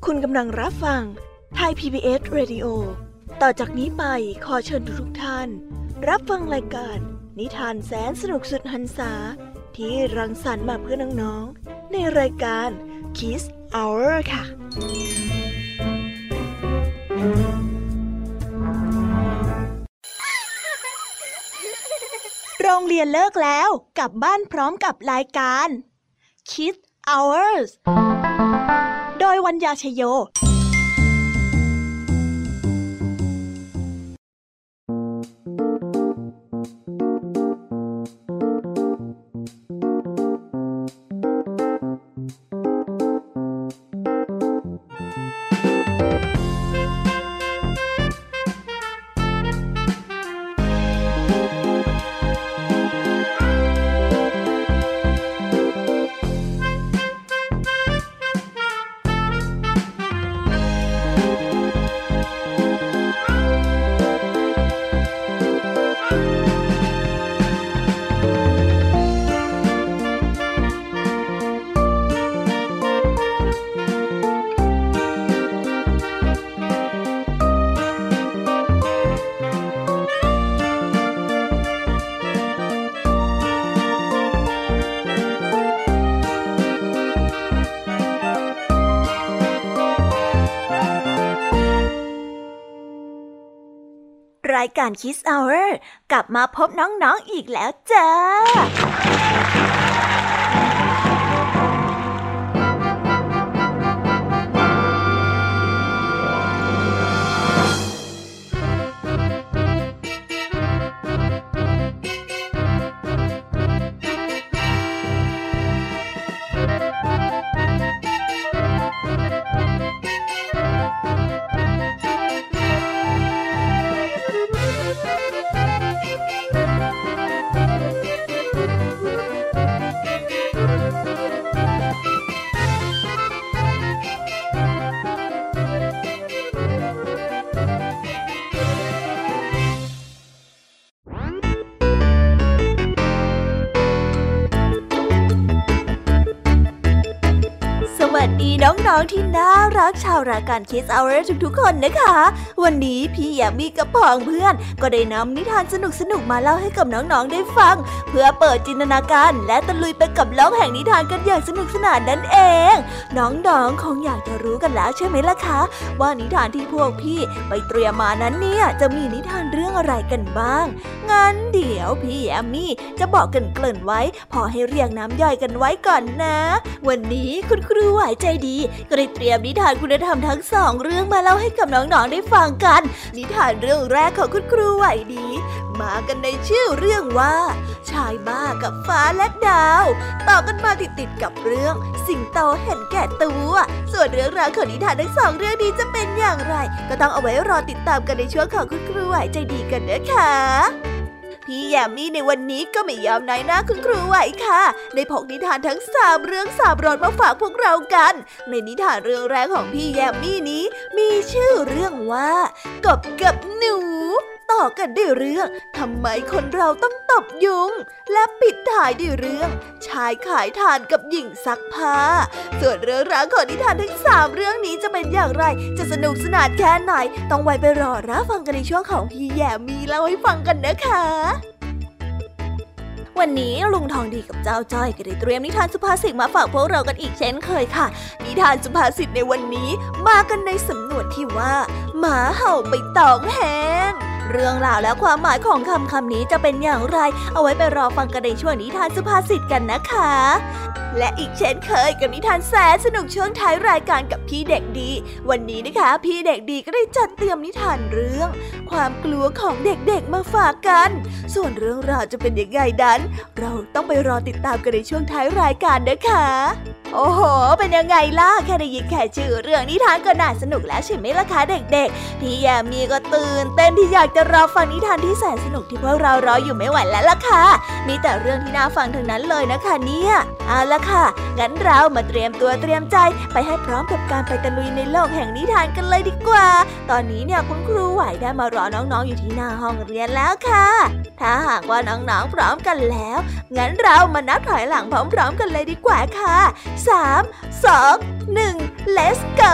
คุณกำลังรับฟังไทย PBS Radio ต่อจากนี้ไปขอเชิญทุกท่านรับฟังรายการนิทานแสนสนุกสุดหรรษาที่รังสรรค์มาเพื่อน้องๆในรายการ Kids Hour ค่ะโรงเรียนเลิกแล้วกลับบ้านพร้อมกับรายการ Kids Hours โดยวัญญาชโยรายการ Kids Hour กลับมาพบน้องๆอีกแล้วจ้าน้องๆที่น่ารักชาวรายการ Kids Hour ทุกๆคนนะคะวันนี้พี่แยมมี่กับพ้องเพื่อนก็ได้นำนิทานสนุกๆมาเล่าให้กับน้องๆได้ฟังเพื่อเปิดจินตนาการและตะลุยไปกับโลกแห่งนิทานกันอย่างสนุกสนานนั่นเองน้องๆคงอยากจะรู้กันแล้วใช่ไหมล่ะคะว่านิทานที่พวกพี่ไปเตรียมมานั้นเนี่ยจะมีนิทานเรื่องอะไรกันบ้างงั้นเดี๋ยวพี่แยมมี่จะบอกเกริ่นไว้พอให้เรียงน้ำย่อยกันไว้ก่อนนะวันนี้คุณครูไหวใจดีก็ได้เตรียมนิทานคุณธรรมทั้ง2เรื่องมาเล่าให้กับน้องๆได้ฟังกันนิทานเรื่องแรกของคุณครูไหวดีมากันในชื่อเรื่องว่าชายบ้ากับฟ้าและดาวต่อกันมาติดๆกับเรื่องสิงโตเห็นแก่ตัวส่วนเรื่องราวของนิทานทั้ง2เรื่องนี้จะเป็นอย่างไรก็ต้องเอาไว้รอติดตามกันในช่วงของคุณครูไหวใจดีกันนะคะพี่แยมมี่ในวันนี้ก็ไม่ยอมน้อยหน้าคุณครูไหวค่ะได้พกนิทานทั้ง3เรื่อง3รสมาฝากพวกเรากันในนิทานเรื่องแรกของพี่แยมมี่นี้มีชื่อเรื่องว่ากบกับหนูต่อกันด้วยเรื่องทำไมคนเราต้องตบยุงและปิดท้ายด้วยเรื่องชายขายถ่านกับหญิงซักผ้าส่วนเรื่องราวของนิทานทั้ง3เรื่องนี้จะเป็นอย่างไรจะสนุกสนานแค่ไหนต้องไว้ไปรอรับฟังกันในช่วงของพี่แยมมี่เล่าให้ฟังกันนะคะวันนี้ลุงทองดีกับเจ้าจ้อยก็ได้เตรียมนิทานสุภาษิตมาฝากพวกเรากันอีกเช่นเคยค่ะนิทานสุภาษิตในวันนี้มากันในสำนวนที่ว่าหมาเห่าใบตองแห้งเรื่องราวและความหมายของคำนี้จะเป็นอย่างไรเอาไว้ไปรอฟังกันในช่วงนิทานสุภาษิตกันนะคะและอีกเช่นเคยกับนิทานแสนสนุกช่วงท้ายรายการกับพี่เด็กดีวันนี้นะคะพี่เด็กดีก็ได้จัดเตรียมนิทานเรื่องความกลัวของเด็กๆมาฝากกันส่วนเรื่องราวจะเป็นยังไงนั้นเราต้องไปรอติดตามกันในช่วงท้ายรายการนะคะโอ้โหเป็นยังไงล่ะแค่ได้ยินแค่ชื่อเรื่องนิทานก็น่าสนุกแล้วใช่ไหมล่ะคะเด็กๆพี่แยมมี่ก็ตื่นเต้นที่อยากจะรอฟังนิทานที่แสนสนุกที่พวกเรารออยู่ไม่ไหวแล้วล่ะค่ะมีแต่เรื่องที่น่าฟังทั้งนั้นเลยนะคะเนี่ยเอาล่ะค่ะงั้นเรามาเตรียมตัวเตรียมใจไปให้พร้อมกับการไปตะลุยในโลกแห่งนิทานกันเลยดีกว่าตอนนี้เนี่ยคุณครูไหวได้มารอน้องๆอยู่ที่หน้าห้องเรียนแล้วค่ะถ้าหากว่าน้องๆพร้อมกันแล้วงั้นเรามานับถอยหลังพร้อมๆกันเลยดีกว่าค่ะ 3 2 1 let's go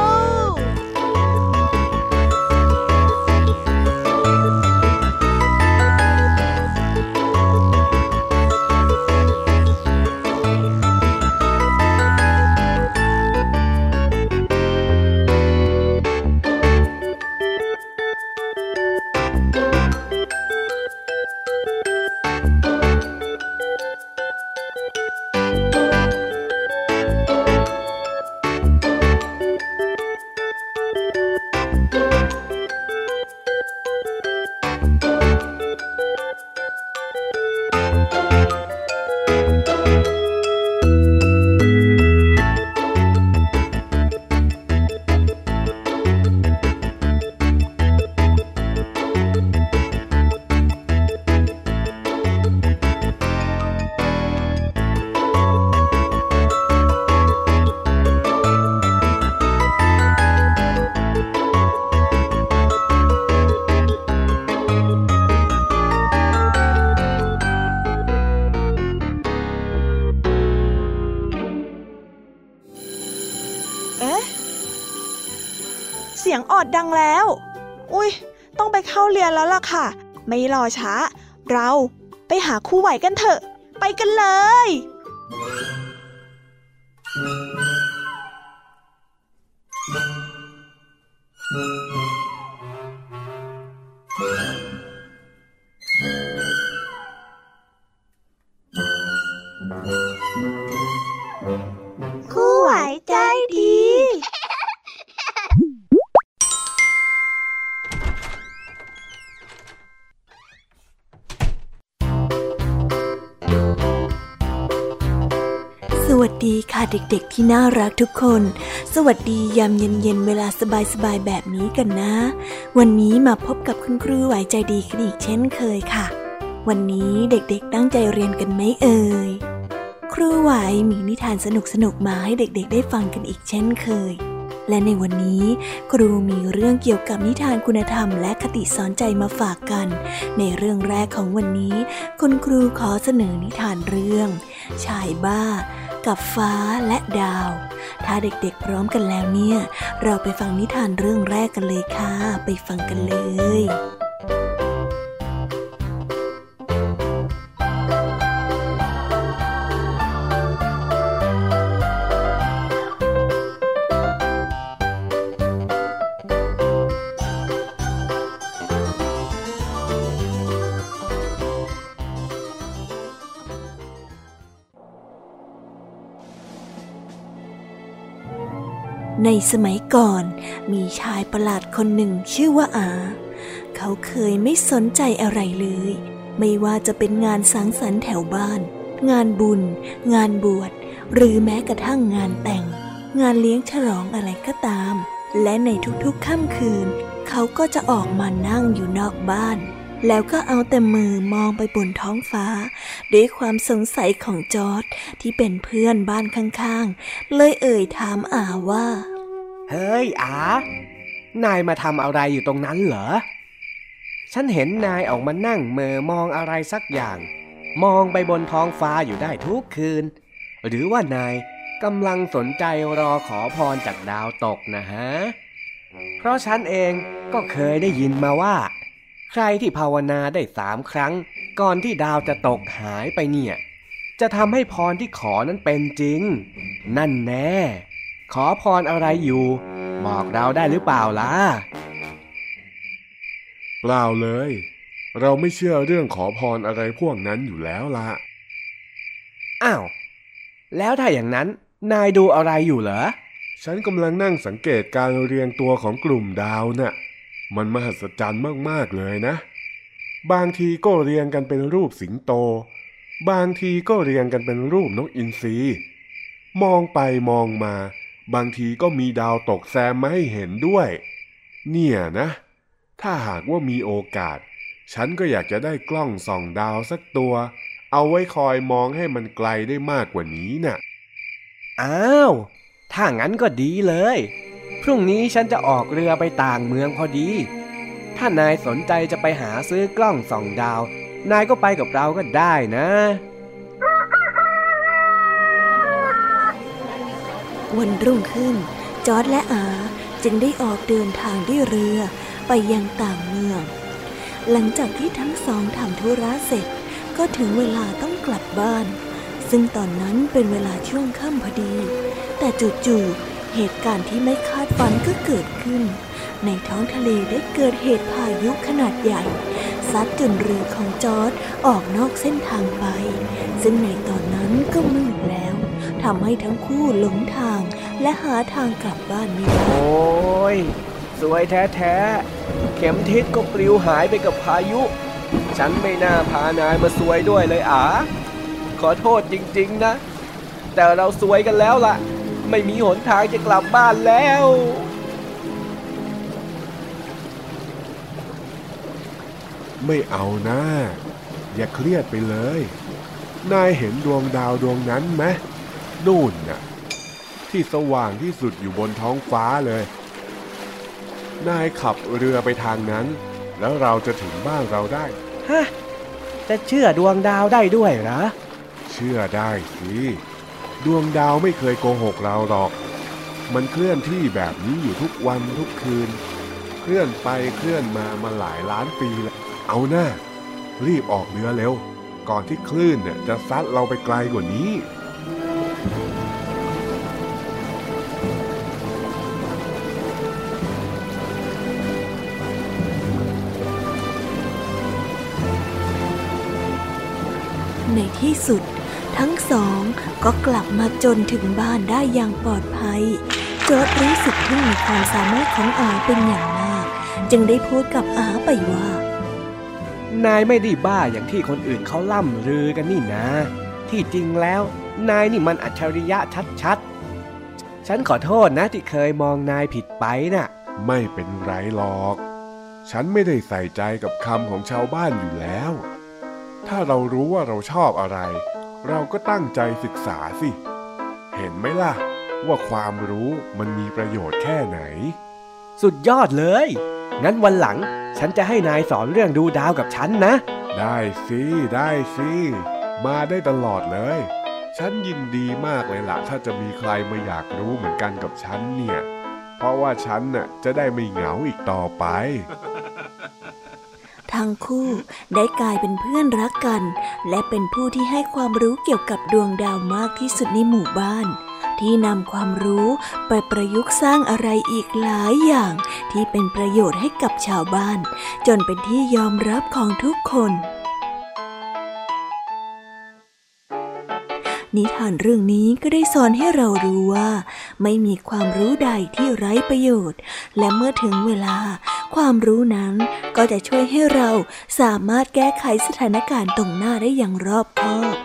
เสียงออดดังแล้วอุ๊ยต้องไปเข้าเรียนแล้วล่ะค่ะไม่รอช้าเราไปหาครูไหวกันเถอะไปกันเลยครูไหวใจดีสวัสดีค่ะเด็กๆที่น่ารักทุกคนสวัสดียามเย็นๆเวลาสบายๆแบบนี้กันนะวันนี้มาพบกับคุณครูไหวใจดีกันอีกเช่นเคยค่ะวันนี้เด็กๆตั้งใจเรียนกันไหมเอ่ยครูไหวมีนิทานสนุกๆมาให้เด็กๆได้ฟังกันอีกเช่นเคยและในวันนี้ครูมีเรื่องเกี่ยวกับนิทานคุณธรรมและคติสอนใจมาฝากกันในเรื่องแรกของวันนี้คุณครูขอเสนอนิทานเรื่องชายบ้ากับฟ้าและดาวถ้าเด็กๆพร้อมกันแล้วเนี่ยเราไปฟังนิทานเรื่องแรกกันเลยค่ะไปฟังกันเลยในสมัยก่อนมีชายประหลาดคนหนึ่งชื่อว่าอาเขาเคยไม่สนใจอะไรเลยไม่ว่าจะเป็นงานสังสรรค์แถวบ้านงานบุญงานบวชหรือแม้กระทั่งงานแต่งงานเลี้ยงฉลองอะไรก็ตามและในทุกๆค่ำคืนเขาก็จะออกมานั่งอยู่นอกบ้านแล้วก็เอาแต่มือมองไปบนท้องฟ้าด้วยความสงสัยของจอร์จที่เป็นเพื่อนบ้านข้างๆเลยเอ่ยถามอาว่าเฮ้ยอานายมาทำอะไรอยู่ตรงนั้นเหรอฉันเห็นนายออกมานั่งเม่อมองอะไรสักอย่างมองไปบนท้องฟ้าอยู่ได้ทุกคืนหรือว่านายกำลังสนใจรอขอพรจากดาวตกนะฮะเพราะฉันเองก็เคยได้ยินมาว่าใครที่ภาวนาได้3 ครั้งก่อนที่ดาวจะตกหายไปเนี่ยจะทำให้พรที่ขอนั้นเป็นจริงนั่นแน่ขอพรอะไรอยู่บอกเราได้หรือเปล่าล่ะเปล่าเลยเราไม่เชื่อเรื่องขอพรอะไรพวกนั้นอยู่แล้วล่ะอ้าวแล้วถ้าอย่างนั้นนายดูอะไรอยู่เหรอฉันกำลังนั่งสังเกตการเรียงตัวของกลุ่มดาวน่ะมันมหัศจรรย์มากๆเลยนะบางทีก็เรียงกันเป็นรูปสิงโตบางทีก็เรียงกันเป็นรูปนกอินทรีมองไปมองมาบางทีก็มีดาวตกแซมมาให้เห็นด้วยเนี่ยนะถ้าหากว่ามีโอกาสฉันก็อยากจะได้กล้องส่องดาวสักตัวเอาไว้คอยมองให้มันไกลได้มากกว่านี้น่ะอ้าวถ้างั้นก็ดีเลยพรุ่งนี้ฉันจะออกเรือไปต่างเมืองพอดีถ้านายสนใจจะไปหาซื้อกล้องส่องดาวนายก็ไปกับเราก็ได้นะวันรุ่งขึ้นจอร์จและอาจึงได้ออกเดินทางด้วยเรือไปยังต่างเมืองหลังจากที่ทั้งสองทำธุระเสร็จก็ถึงเวลาต้องกลับบ้านซึ่งตอนนั้นเป็นเวลาช่วงค่ำพอดีแต่จู่ๆเหตุการณ์ที่ไม่คาดฝันก็เกิดขึ้นในท้องทะเลได้เกิดเหตุพายุขนาดใหญ่ซัดจนเรือของจอร์จออกนอกเส้นทางไปซึ่งในตอนนั้นก็มืดแล้วทำให้ทั้งคู่หลงทางและหาทางกลับบ้านไม่ได้โอ้ยสวยแท้ๆเข็มทิศก็ปลิวหายไปกับพายุฉันไม่น่าพานายมาซวยด้วยเลยอาขอโทษจริงๆนะแต่เราซวยกันแล้วล่ะไม่มีหนทางจะกลับบ้านแล้วไม่เอานะอย่าเครียดไปเลยนายเห็นดวงดาวดวงนั้นไหมนู่นน่ะที่สว่างที่สุดอยู่บนท้องฟ้าเลยนายขับเรือไปทางนั้นแล้วเราจะถึงบ้านเราได้ฮะจะเชื่อดวงดาวได้ด้วยเหรอเชื่อได้สิดวงดาวไม่เคยโกหกเราหรอกมันเคลื่อนที่แบบนี้อยู่ทุกวันทุกคืนเคลื่อนไปเคลื่อนมาหลายล้านปีแล้วเอาหน้ารีบออกเรือเร็วก่อนที่คลื่นเนี่ยจะซัดเราไปไกลกว่านี้ในที่สุดทั้งสองก็กลับมาจนถึงบ้านได้อย่างปลอดภัยจอร์จรู้สึกทึ่งในความสามารถของอาเป็นอย่างมากจึงได้พูดกับอาไปว่านายไม่ได้บ้าอย่างที่คนอื่นเขาล่ำลือกันนี่นะที่จริงแล้วนายนี่มันอัจฉริยะชัดๆฉันขอโทษนะที่เคยมองนายผิดไปน่ะไม่เป็นไรหรอกฉันไม่ได้ใส่ใจกับคำของชาวบ้านอยู่แล้วถ้าเรารู้ว่าเราชอบอะไรเราก็ตั้งใจศึกษาสิเห็นไหมล่ะว่าความรู้มันมีประโยชน์แค่ไหนสุดยอดเลยงั้นวันหลังฉันจะให้นายสอนเรื่องดูดาวกับฉันนะได้สิมาได้ตลอดเลยฉันยินดีมากเลยล่ะถ้าจะมีใครมาอยากรู้เหมือนกันกับฉันเนี่ยเพราะว่าฉันน่ะจะได้ไม่เหงาอีกต่อไปทั้งคู่ได้กลายเป็นเพื่อนรักกันและเป็นผู้ที่ให้ความรู้เกี่ยวกับดวงดาวมากที่สุดในหมู่บ้านที่นำความรู้ไปประยุกต์สร้างอะไรอีกหลายอย่างที่เป็นประโยชน์ให้กับชาวบ้านจนเป็นที่ยอมรับของทุกคนนิทานเรื่องนี้ก็ได้สอนให้เรารู้ว่าไม่มีความรู้ใดที่ไร้ประโยชน์และเมื่อถึงเวลาความรู้นั้นก็จะช่วยให้เราสามารถแก้ไขสถานการณ์ตรงหน้าได้อย่างรอบคอบ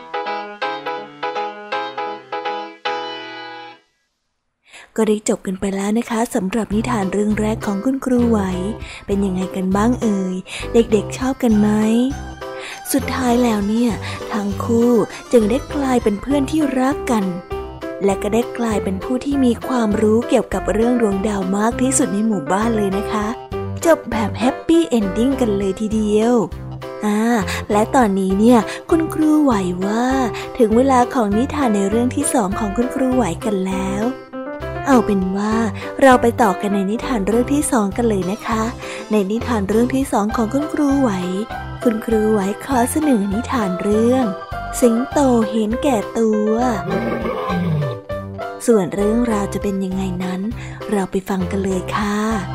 ก็ได้จบกันไปแล้วนะคะสำหรับนิทานเรื่องแรกของคุณครูไหวเป็นยังไงกันบ้างเอ่ยเด็กๆชอบกันไหมสุดท้ายแล้วเนี่ยทั้งคู่จึงได้กลายเป็นเพื่อนที่รักกันและก็ได้กลายเป็นผู้ที่มีความรู้เกี่ยวกับเรื่องดวงดาวมากที่สุดในหมู่บ้านเลยนะคะจบแบบแฮปปี้เอนดิ้งกันเลยทีเดียวและตอนนี้เนี่ยคุณครูไหวว่าถึงเวลาของนิทานในเรื่องที่2ของคุณครูไหวกันแล้วเอาเป็นว่าเราไปต่อกันในนิทานเรื่องที่2กันเลยนะคะในนิทานเรื่องที่2ของคุณครูไหวคุณครูไหวขอเสนอนิทานเรื่องสิงโตเห็นแก่ตัวส่วนเรื่องราวจะเป็นยังไงนั้นเราไปฟังกันเลยค่ะ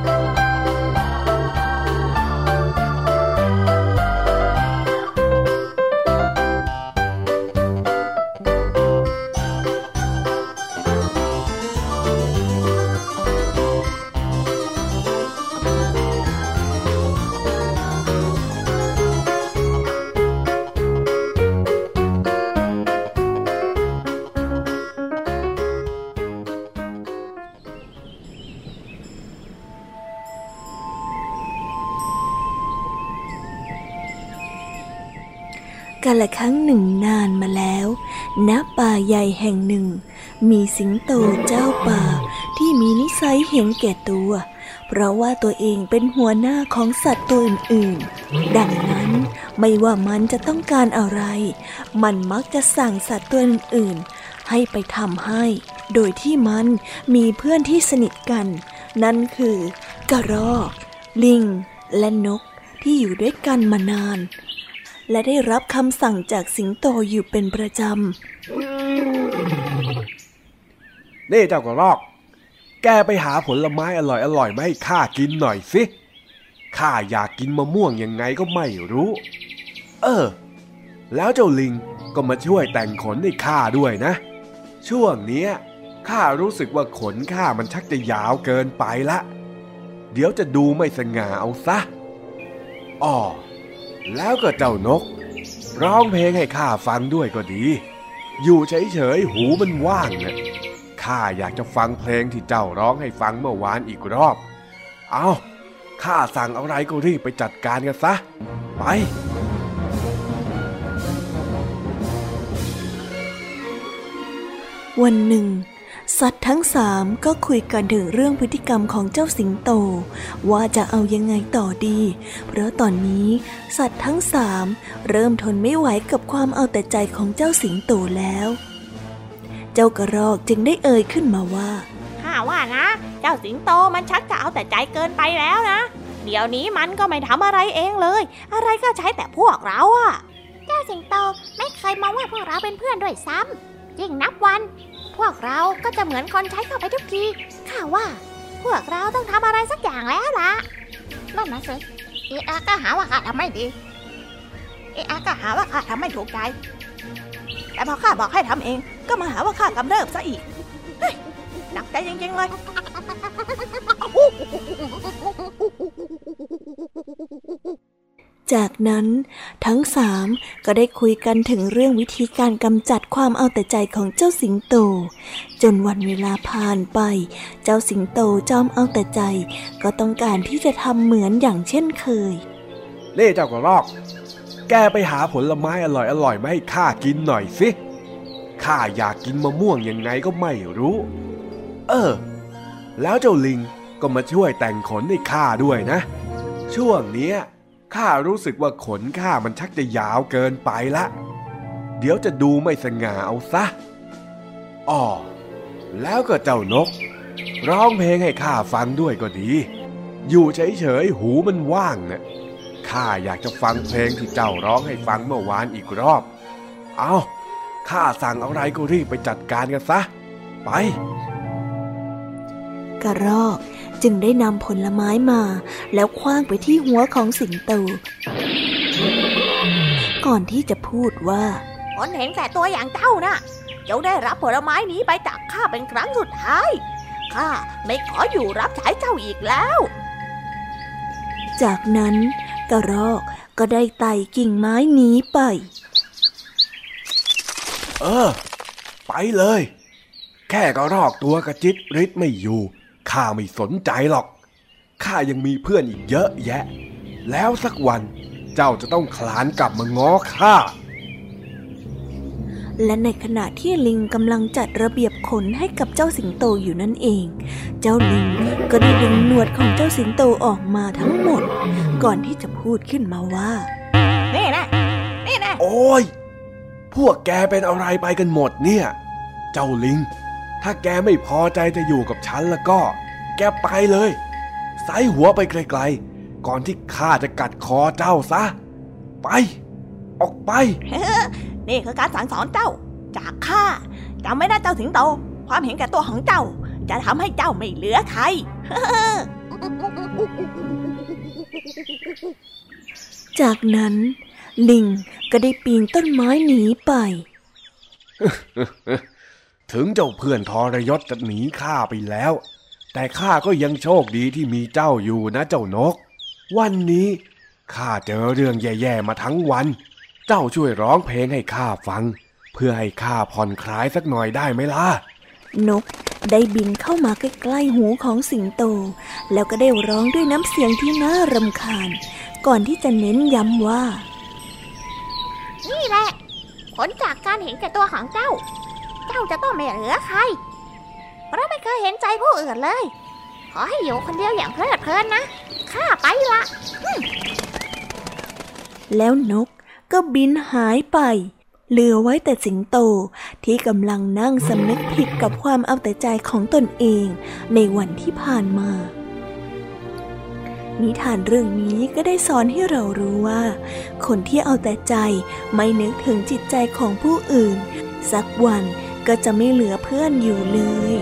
กาลครั้งหนึ่งนานมาแล้วณป่าใหญ่แห่งหนึ่งมีสิงโตเจ้าป่าที่มีนิสัยเห็นแก่ตัวเพราะว่าตัวเองเป็นหัวหน้าของสัตว์ตัวอื่นๆดังนั้นไม่ว่ามันจะต้องการอะไรมันมักจะสั่งสัตว์ตัวอื่นๆให้ไปทำให้โดยที่มันมีเพื่อนที่สนิทกันนั่นคือกระรอกลิงและนกที่อยู่ด้วยกันมานานและได้รับคำสั่งจากสิงโตอยู่เป็นประจำนี่เจ้ากระรอกแกไปหาผลไม้อร่อยๆมาให้ข้ากินหน่อยสิข้าอยากกินมะม่วงยังไงก็ไม่รู้แล้วเจ้าลิงก็มาช่วยแต่งขนให้ข้าด้วยนะช่วงนี้ข้ารู้สึกว่าขนข้ามันชักจะยาวเกินไปละเดี๋ยวจะดูไม่สง่าเอาซะแล้วก็เจ้านกร้องเพลงให้ข้าฟังด้วยก็ดีอยู่เฉยๆหูมันว่างนะข้าอยากจะฟังเพลงที่เจ้าร้องให้ฟังเมื่อวานอีกรอบเอาข้าสั่งอะไรก็รีบไปจัดการกันซะไปวันหนึ่งสัตว์ทั้งสามก็คุยกันถึงเรื่องพฤติกรรมของเจ้าสิงโตว่าจะเอายังไงต่อดีเพราะตอนนี้สัตว์ทั้งสามเริ่มทนไม่ไหวกับความเอาแต่ใจของเจ้าสิงโตแล้วเจ้ากระรอกจึงได้เอ่ยขึ้นมาว่าข้าว่านะเจ้าสิงโตมันชักจะเอาแต่ใจเกินไปแล้วนะเดี๋ยวนี้มันก็ไม่ทำอะไรเองเลยอะไรก็ใช้แต่พวกเราอะเจ้าสิงโตไม่เคยมองว่าพวกเราเป็นเพื่อนด้วยซ้ำยิ่งนับวันพวกเราก็จะเหมือนคนใช้เข้าไปทุกทีข้าว่าพวกเราต้องทำอะไรสักอย่างแล้วล่ะนั่นนะสิอาก็หาว่าข้าทำไม่ดีอาก็หาว่าข้าทำไม่ถูกใจแต่พอข้าบอกให้ทำเองก็มาหาว่าข้ากำเริบซะอีกหนักใจจริงๆเลยจากนั้นทั้งสามก็ได้คุยกันถึงเรื่องวิธีการกำจัดความเอาแต่ใจของเจ้าสิงโตจนวันเวลาผ่านไปเจ้าสิงโตจอมเอาแต่ใจก็ต้องการที่จะทำเหมือนอย่างเช่นเคยนี่เจ้ากระรอกแกไปหาผลไม้อร่อยๆมาให้ข้ากินหน่อยสิข้าอยากกินมะม่วงยังไงก็ไม่รู้แล้วเจ้าลิงก็มาช่วยแต่งขนให้ข้าด้วยนะช่วงนี้ข้ารู้สึกว่าขนข้ามันชักจะยาวเกินไปละเดี๋ยวจะดูไม่สง่าเอาซะแล้วก็เจ้านกร้องเพลงให้ข้าฟังด้วยก็ดีอยู่เฉยๆหูมันว่างนะข้าอยากจะฟังเพลงที่เจ้าร้องให้ฟังเมื่อวานอีกรอบเอาข้าสั่งอะไรก็รีบไปจัดการกันซะไปกระรอกจึงได้นำผลไม้มาแล้วขว้างไปที่หัวของสิงโตก่อนที่จะพูดว่าคนเห็นแก่ตัวอย่างเจ้านะเจ้าได้รับผลไม้นี้ไปจากข้าเป็นครั้งสุดท้ายข้าไม่ขออยู่รับใช้เจ้าอีกแล้วจากนั้นกระรอกก็ได้ไต่กิ่งไม้หนีไปไปเลยแค่กระรอกตัวกระจิตริดไม่อยู่ข้าไม่สนใจหรอกข้ายังมีเพื่อนอีกเยอะแยะแล้วสักวันเจ้าจะต้องคลานกลับมาง้อข้าและในขณะที่ลิงกำลังจัดระเบียบขนให้กับเจ้าสิงโตอยู่นั่นเองเจ้าลิงก็ได้ดึงหนวดของเจ้าสิงโตออกมาทั้งหมดก่อนที่จะพูดขึ้นมาว่านี่นะโอ้ยพวกแกเป็นอะไรไปกันหมดเนี่ยเจ้าลิงถ้าแกไม่พอใจจะอยู่กับฉันแล้วก็แกไปเลยไซหัวไปไกลๆก่อนที่ข้าจะกัดคอเจ้าซะไปออกไปนี่คือการสั่งสอนเจ้าจากข้าจำไม่ได้เจ้าสิงโตความเห็นแก่ตัวของเจ้าจะทำให้เจ้าไม่เหลือใครจากนั้นลิงก็ได้ปีนต้นไม้หนีไปถึงเจ้าเพื่อนทรยศจะหนีข้าไปแล้วแต่ข้าก็ยังโชคดีที่มีเจ้าอยู่นะเจ้านกวันนี้ข้าเจอเรื่องแย่ๆมาทั้งวันเจ้าช่วยร้องเพลงให้ข้าฟังเพื่อให้ข้าผ่อนคลายสักหน่อยได้ไหมล่ะนกได้บินเข้ามาใกล้ๆหูของสิงโตแล้วก็ได้ร้องด้วยน้ำเสียงที่น่ารำคาญก่อนที่จะเน้นย้ำว่านี่แหละผลจากการเห็นแก่ตัวของเจ้าจะต้องไม่เหลือใครเพราะไม่เคยเห็นใจผู้อื่นเลยขอให้อยู่คนเดียวอย่างเพลิดเพลินนะข้าไปละแล้วนกก็บินหายไปเหลือไว้แต่สิงโตที่กำลังนั่งสำนึกผิดกับความเอาแต่ใจของตนเองในวันที่ผ่านมานิทานเรื่องนี้ก็ได้สอนให้เรารู้ว่าคนที่เอาแต่ใจไม่นึกถึงจิตใจของผู้อื่นสักวันก็จะไม่เหลือเพื่อนอยู่เลย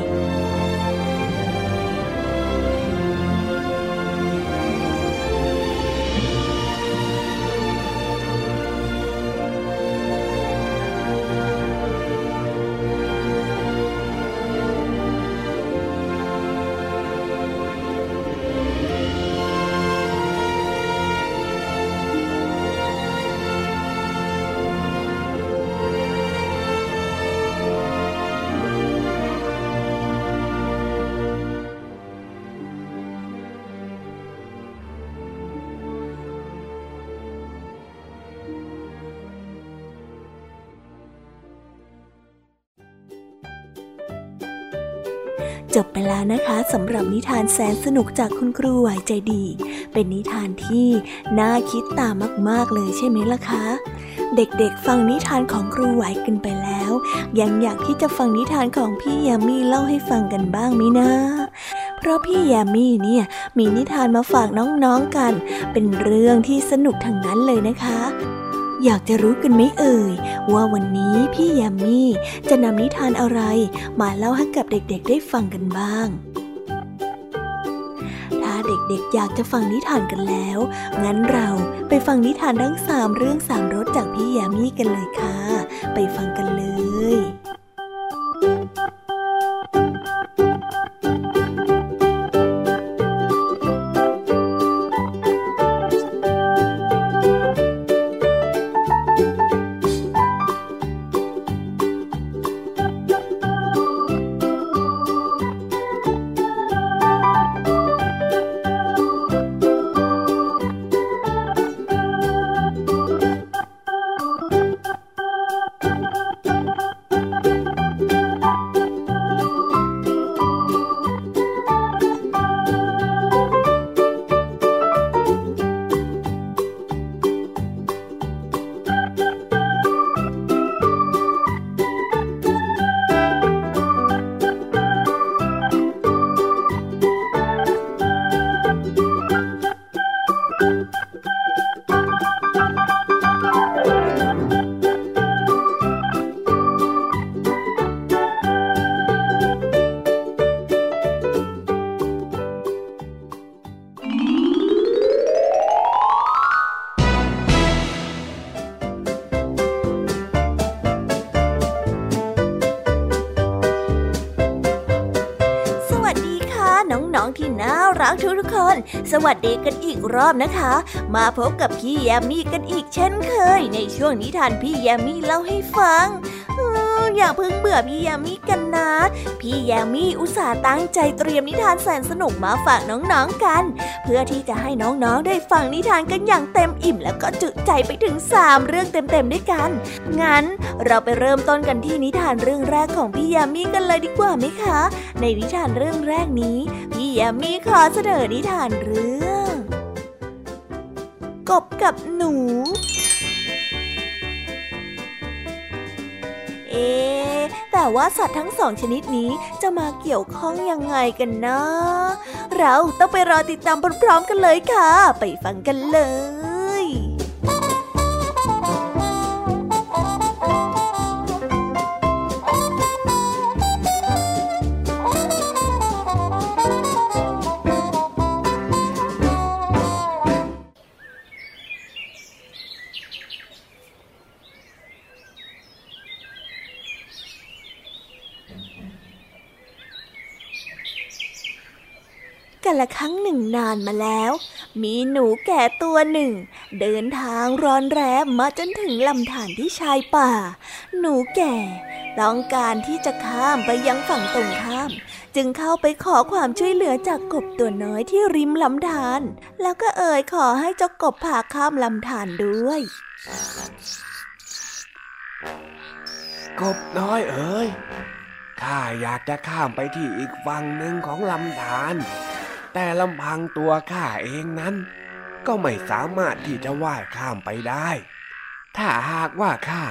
จบไปแล้วนะคะสำหรับนิทานแสนสนุกจากคุณครูไหวใจดีเป็นนิทานที่น่าคิดตามมากๆเลยใช่ไหมล่ะคะเด็กๆฟังนิทานของครูไหวกันไปแล้วยังอยากที่จะฟังนิทานของพี่ยามีเล่าให้ฟังกันบ้างมั้ยนะเพราะพี่ยามีเนี่ยมีนิทานมาฝากน้องๆกันเป็นเรื่องที่สนุกทั้งนั้นเลยนะคะอยากจะรู้กันไหมเอ่ยว่าวันนี้พี่ยามีจะนำนิทานอะไรมาเล่าให้กับเด็กๆได้ฟังกันบ้างถ้าเด็กๆอยากจะฟังนิทานกันแล้วงั้นเราไปฟังนิทานทั้ง3เรื่อง3รสจากพี่ยามีกันเลยค่ะไปฟังกันเลยทุกคนสวัสดีกันอีกรอบนะคะมาพบกับพี่แยมมี่กันอีกเช่นเคยในช่วงนิทานพี่แยมมี่เล่าให้ฟังอย่าเพิ่งเบื่อพี่แยมมี่กันนะพี่แยมมี่อุตส่าห์ตั้งใจเตรียมนิทานแสนสนุกมาฝากน้องๆกันเพื่อที่จะให้น้องๆได้ฟังนิทานกันอย่างเต็มอิ่มแล้วก็จุใจไปถึง3เรื่องเต็มๆด้วยกันงั้นเราไปเริ่มต้นกันที่นิทานเรื่องแรกของพี่แยมมี่กันเลยดีกว่าไหมคะในนิทานเรื่องแรกนี้พี่แยมมี่ขอเสนอนิทานเรื่องกบกับหนูแต่ว่าสัตว์ทั้ง2ชนิดนี้จะมาเกี่ยวข้องยังไงกันนะเราต้องไปรอติดตามพร้อมๆกันเลยค่ะไปฟังกันเลยกาลครั้งหนึ่งนานมาแล้วมีหนูแก่ตัวหนึ่งเดินทางร้อนแรงมาจนถึงลำธารที่ชายป่าหนูแก่ต้องการที่จะข้ามไปยังฝั่งตรงข้ามจึงเข้าไปขอความช่วยเหลือจากกบตัวน้อยที่ริมลำธารแล้วก็ขอให้เจ้ากบพาข้ามลำธารด้วยกบน้อยเอ๋ยข้าอยากจะข้ามไปที่อีกฝั่งหนึ่งของลำธารแต่ลำพังตัวข้าเองนั้นก็ไม่สามารถที่จะว่ายข้ามไปได้ถ้าหากว่าข้า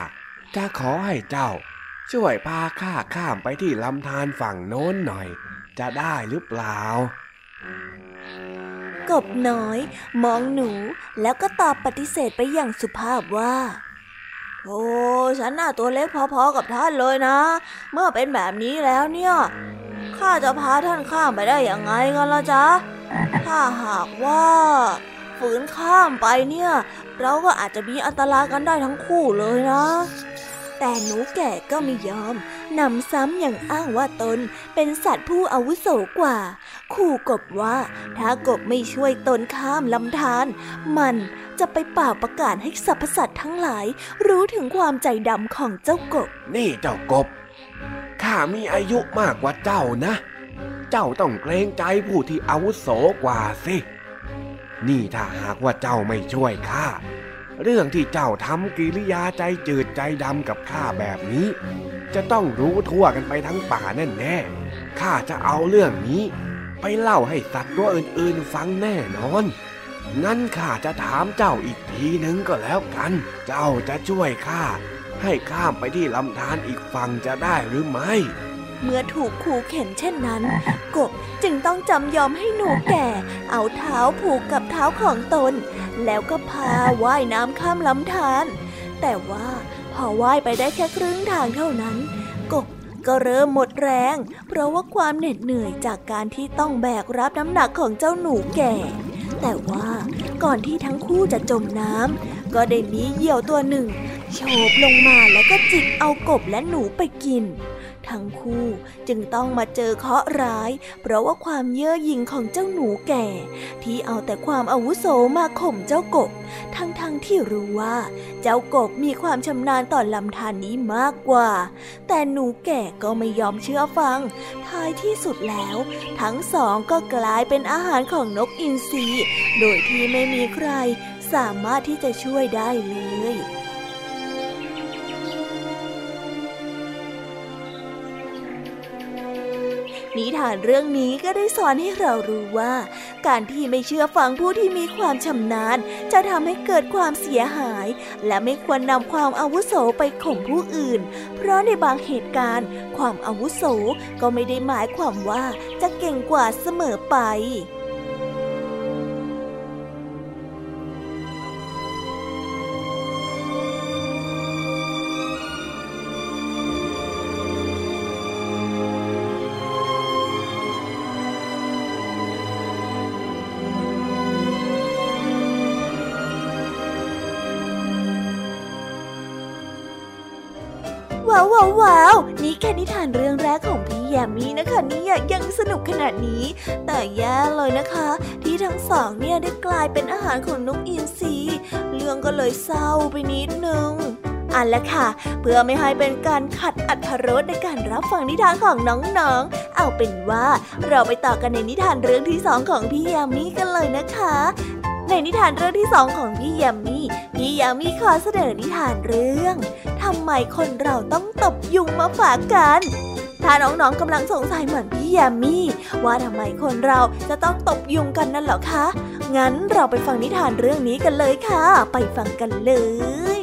จะขอให้เจ้าช่วยพาข้าข้ามไปที่ลำธารฝั่งโน้นหน่อยจะได้หรือเปล่ากบน้อยมองหนูแล้วก็ตอบปฏิเสธไปอย่างสุภาพว่าโอ้ฉันน่ะตัวเล็กพอๆกับท่านเลยนะเมื่อเป็นแบบนี้แล้วเนี่ยข้าจะพาท่านข้ามไปได้ยังไงกันล่ะจ๊ะถ้าหากว่าฝืนข้ามไปเนี่ยเราก็อาจจะมีอันตรายกันได้ทั้งคู่เลยนะแต่หนูแก่ก็ไม่ยอมนำซ้ำอย่างอ้างว่าตนเป็นสัตว์ผู้อาวุโสกว่าขู่กบว่าถ้ากบไม่ช่วยตนข้ามลำธารมันจะไปเป่าประกาศให้สรรพสัตว์ทั้งหลายรู้ถึงความใจดำของเจ้ากบนี่เจ้ากบข้ามีอายุมากกว่าเจ้านะเจ้าต้องเกรงใจผู้ที่อาวุโสกว่าสินี่ถ้าหากว่าเจ้าไม่ช่วยข้าเรื่องที่เจ้าทำกิริยาใจจืดใจดำกับข้าแบบนี้จะต้องรู้ทั่วกันไปทั้งป่าแน่ๆข้าจะเอาเรื่องนี้ไปเล่าให้สัตว์ตัวอื่นๆฟังแน่นอนงั้นข้าจะถามเจ้าอีกทีนึงก็แล้วกันเจ้าจะช่วยข้าให้ข้ามไปที่ลำธารอีกฝั่งจะได้หรือไม่เมื่อถูกขู่เข็นเช่นนั้นกบจึงต้องจำยอมให้หนูแก่เอาเท้าผูกกับเท้าของตนแล้วก็พาว่ายน้ำข้ามลำธารแต่ว่าพอว่ายไปได้แค่ครึ่งทางเท่านั้นกบก็เริ่มหมดแรงเพราะว่าความเหน็ดเหนื่อยจากการที่ต้องแบกรับน้ำหนักของเจ้าหนูแก่แต่ว่าก่อนที่ทั้งคู่จะจมน้ำก็ได้มีเหยี่ยวตัวหนึ่งโฉบลงมาแล้วก็จิกเอากบและหนูไปกินทั้งคู่จึงต้องมาเจอเคราะห์ร้ายเพราะว่าความเย่อหยิ่งของเจ้าหนูแก่ที่เอาแต่ความอาวุโสมาข่มเจ้ากบทั้งที่รู้ว่าเจ้ากบมีความชำนาญต่อลำธารนี้มากกว่าแต่หนูแก่ก็ไม่ยอมเชื่อฟังท้ายที่สุดแล้วทั้งสองก็กลายเป็นอาหารของนกอินทรีโดยที่ไม่มีใครสามารถที่จะช่วยได้เลยนิทานเรื่องนี้ก็ได้สอนให้เรารู้ว่าการที่ไม่เชื่อฟังผู้ที่มีความชำนาญจะทำให้เกิดความเสียหายและไม่ควรนำความอาวุโสไปข่มผู้อื่นเพราะในบางเหตุการณ์ความอาวุโสก็ไม่ได้หมายความว่าจะเก่งกว่าเสมอไปว้าวนี่แค่นิทานเรื่องแรกของพี่แยมมี่นะคะเนี่ยยังสนุกขนาดนี้แต่แย่เลยนะคะที่ทั้งสองเนี่ยได้กลายเป็นอาหารของนกอินทรีเรื่องก็เลยเศร้าไปนิดนึงอันละค่ะเพื่อไม่ให้เป็นการขัดอรรถรสในการรับฟังนิทานของน้องๆเอาเป็นว่าเราไปต่อกันในนิทานเรื่องที่2ของพี่แยมมี่กันเลยนะคะในนิทานเรื่องที่2ของพี่แยมมี่ขอเสนอนิทานเรื่องทำไมคนเราต้องตบยุงมาฝากกันถ้าน้องๆกำลังสงสัยเหมือนพี่แยมมี่ว่าทำไมคนเราจะต้องตบยุงกันนั่นเหรอคะงั้นเราไปฟังนิทานเรื่องนี้กันเลยค่ะไปฟังกันเลย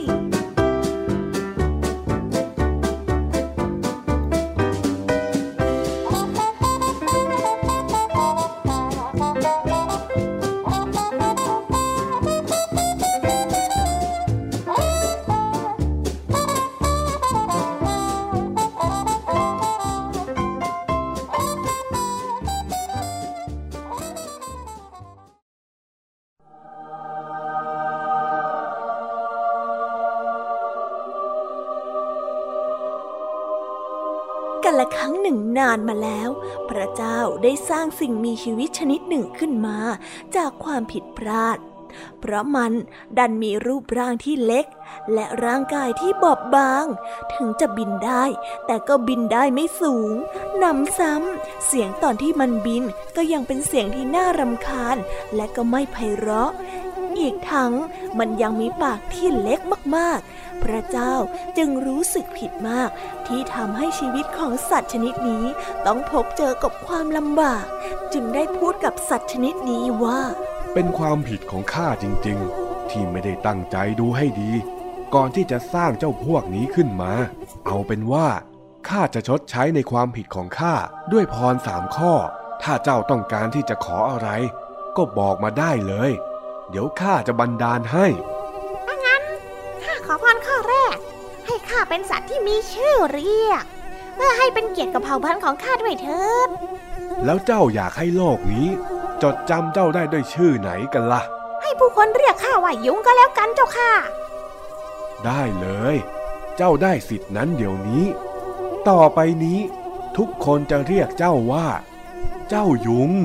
กันละครั้งหนึ่งนานมาแล้วพระเจ้าได้สร้างสิ่งมีชีวิตชนิดหนึ่งขึ้นมาจากความผิดพลาดเพราะมันดันมีรูปร่างที่เล็กและร่างกายที่บอบบางถึงจะบินได้แต่ก็บินได้ไม่สูงนำซ้ำเสียงตอนที่มันบินก็ยังเป็นเสียงที่น่ารำคาญและก็ไม่ไพเราะอีกทั้งมันยังมีปากที่เล็กมากๆพระเจ้าจึงรู้สึกผิดมากที่ทำให้ชีวิตของสัตว์ชนิดนี้ต้องพบเจอกับความลำบากจึงได้พูดกับสัตว์ชนิดนี้ว่าเป็นความผิดของข้าจริงๆที่ไม่ได้ตั้งใจดูให้ดีก่อนที่จะสร้างเจ้าพวกนี้ขึ้นมา เอาเป็นว่าข้าจะชดใช้ในความผิดของข้าด้วยพร3 ข้อถ้าเจ้าต้องการที่จะขออะไรก็บอกมาได้เลยเดี๋ยวข้าจะบันดาลให้ถ้างั้นข้าขอพรข้อแรกให้ข้าเป็นสัตว์ที่มีชื่อเรียกเพื่อให้เป็นเกียรติกับเผ่าพันธุ์ของข้าด้วยเถิดแล้วเจ้าอยากให้โลกนี้จดจำเจ้าได้ด้วยชื่อไหนกันล่ะให้ผู้คนเรียกข้าว่ายุงก็แล้วกันเจ้าค่ะได้เลยเจ้าได้สิทธินั้นเดี๋ยวนี้ต่อไปนี้ทุกคนจะเรียกเจ้าว่าเจ้ายุง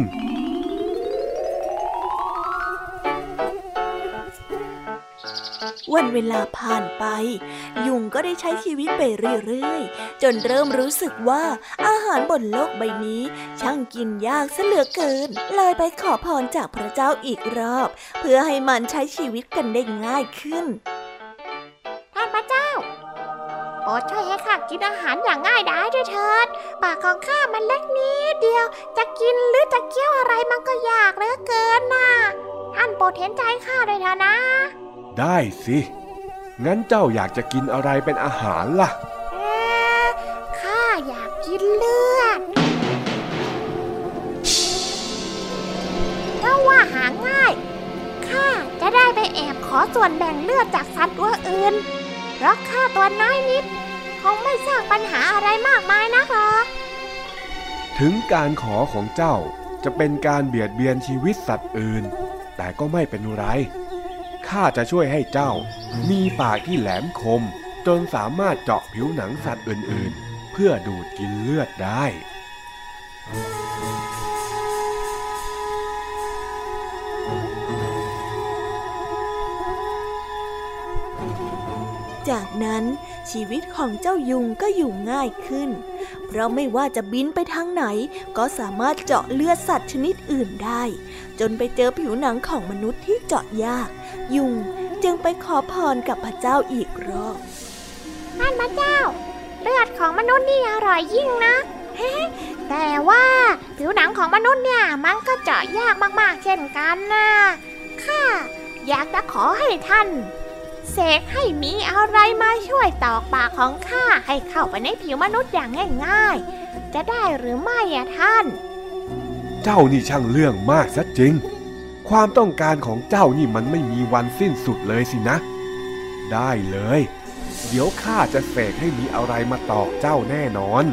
วันเวลาผ่านไปยุงก็ได้ใช้ชีวิตไปเรื่อยๆจนเริ่มรู้สึกว่าอาหารบนโลกใบนี้ช่างกินยากซะเหลือเกินเลยไปขอพรจากพระเจ้าอีกรอบเพื่อให้มันใช้ชีวิตกันได้ง่ายขึ้นท่านพระเจ้าโปรดช่วยให้ข้ากินอาหารอย่างง่ายดายด้วยเถิดปากของข้ามันเล็กนิดเดียวจะกินหรือจะเคี้ยวอะไรมันก็ยากเหลือเกินน่ะท่านโปรดเห็นใจข้าด้วยเถอะนะได้สิงั้นเจ้าอยากจะกินอะไรเป็นอาหารล่ะข้าอยากกินเลือดเพราะว่าหาง่ายข้าจะได้ไปแอบขอส่วนแบ่งเลือดจากสัตว์ตัวอื่นเพราะข้าตัวน้อยนิดคงไม่สร้างปัญหาอะไรมากมายนักหรอกถึงการขอของเจ้าจะเป็นการเบียดเบียนชีวิตสัตว์อื่นแต่ก็ไม่เป็นไรข้าจะช่วยให้เจ้ามีปากที่แหลมคมจนสามารถเจาะผิวหนังสัตว์อื่นๆเพื่อดูดกินเลือดได้จากนั้นชีวิตของเจ้ายุงก็อยู่ง่ายขึ้นเพราะไม่ว่าจะบินไปทางไหนก็สามารถเจาะเลือดสัตว์ชนิดอื่นได้จนไปเจอผิวหนังของมนุษย์ที่เจาะยากยุงจึงไปขอพรกับพระเจ้าอีกรอบท่านพระเจ้าเลือดของมนุษย์นี่อร่อยยิ่งนะแต่ว่าผิวหนังของมนุษย์เนี่ยมันก็เจาะยากมากๆเช่นกันนะข้าอยากจะขอให้ท่านเสกให้มีอะไรมาช่วยตอกปากของข้าให้เข้าไปในผิวมนุษย์อย่างง่ายๆจะได้หรือไม่อะท่านเจ้านี่ช่างเรื่องมากซะจริงความต้องการของเจ้านี่มันไม่มีวันสิ้นสุดเลยสินะได้เลยเดี๋ยวข้าจะเสกให้มีอะไรมาตอกเจ้าแน่นอน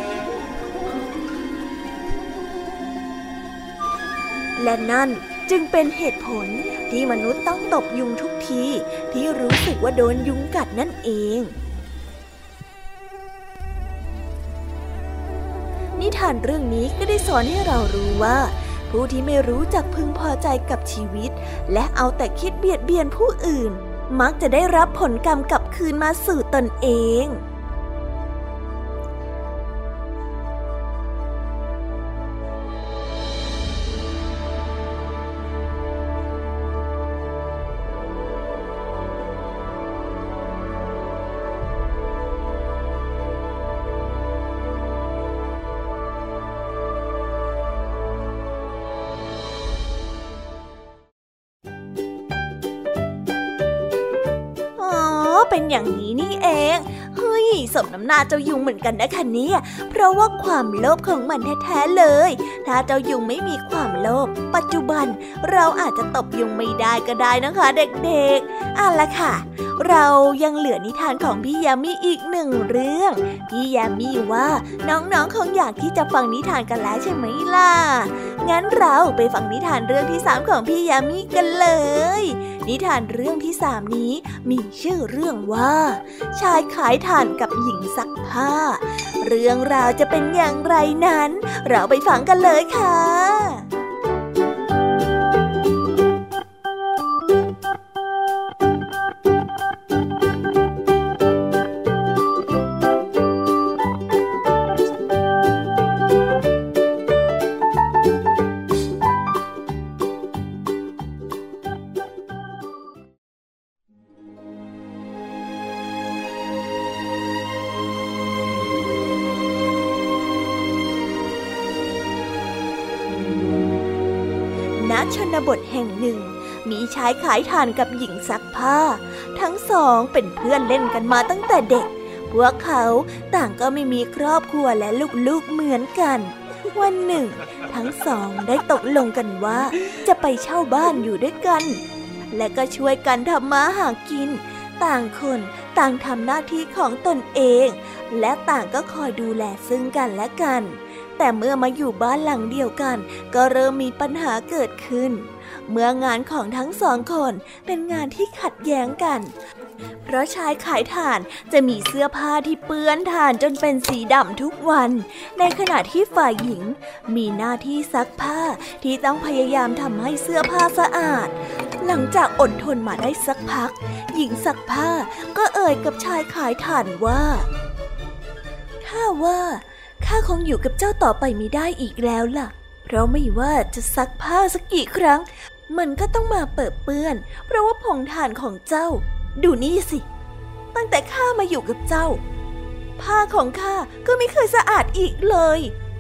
และนั่นจึงเป็นเหตุผลที่มนุษย์ต้องตบยุงทุกทีที่รู้สึกว่าโดนยุงกัดนั่นเองนิทานเรื่องนี้ก็ได้สอนให้เรารู้ว่าผู้ที่ไม่รู้จักพึงพอใจกับชีวิตและเอาแต่คิดเบียดเบียนผู้อื่นมักจะได้รับผลกรรมกลับคืนมาสู่ตนเองเป็นอย่างนี้นี่เองเฮ้ยสมน้ำหน้าเจ้ายุงเหมือนกันนะคะเนี่ยเพราะว่าความโลภของมันแท้ๆเลยถ้าเจ้ายุงไม่มีความโลภปัจจุบันเราอาจจะตบยุงไม่ได้ก็ได้นะคะเด็กๆเอาล่ะค่ะเรายังเหลือนิทานของพี่ยามีอีก1เรื่องพี่ยามีว่าน้องๆคงอยากที่จะฟังนิทานกันแล้วใช่ไหมล่ะงั้นเราไปฟังนิทานเรื่องที่3ของพี่ยามีกันเลยนิทานเรื่องที่3นี้มีชื่อเรื่องว่าชายขายถ่านกับหญิงซักผ้าเรื่องราวจะเป็นอย่างไรนั้นเราไปฟังกันเลยค่ะณชนบทแห่งหนึ่งมีชายขายถ่านกับหญิงซักผ้าทั้งสองเป็นเพื่อนเล่นกันมาตั้งแต่เด็กพวกเขาต่างก็ไม่มีครอบครัวและลูกๆเหมือนกันวันหนึ่งทั้งสองได้ตกลงกันว่าจะไปเช่าบ้านอยู่ด้วยกันและก็ช่วยกันทำมาหากินต่างคนต่างทำหน้าที่ของตนเองและต่างก็คอยดูแลซึ่งกันและกันแต่เมื่อมาอยู่บ้านหลังเดียวกันก็เริ่มมีปัญหาเกิดขึ้นเมื่องานของทั้งสองคนเป็นงานที่ขัดแย้งกันเพราะชายขายถ่านจะมีเสื้อผ้าที่เปื้อนถ่านจนเป็นสีดำทุกวันในขณะที่ฝ่ายหญิงมีหน้าที่ซักผ้าที่ต้องพยายามทำให้เสื้อผ้าสะอาดหลังจากอดทนมาได้สักพักหญิงซักผ้าก็เอ่ยกับชายขายถ่านว่าข้าคงอยู่กับเจ้าต่อไปไม่ได้อีกแล้วล่ะเพราะไม่ว่าจะซักผ้าสักกี่ครั้งมันก็ต้องมาเปื้อนเพราะว่าผงถ่านของเจ้าดูนี่สิตั้งแต่ข้ามาอยู่กับเจ้าผ้าของข้าก็ไม่เคยสะอาดอีกเลย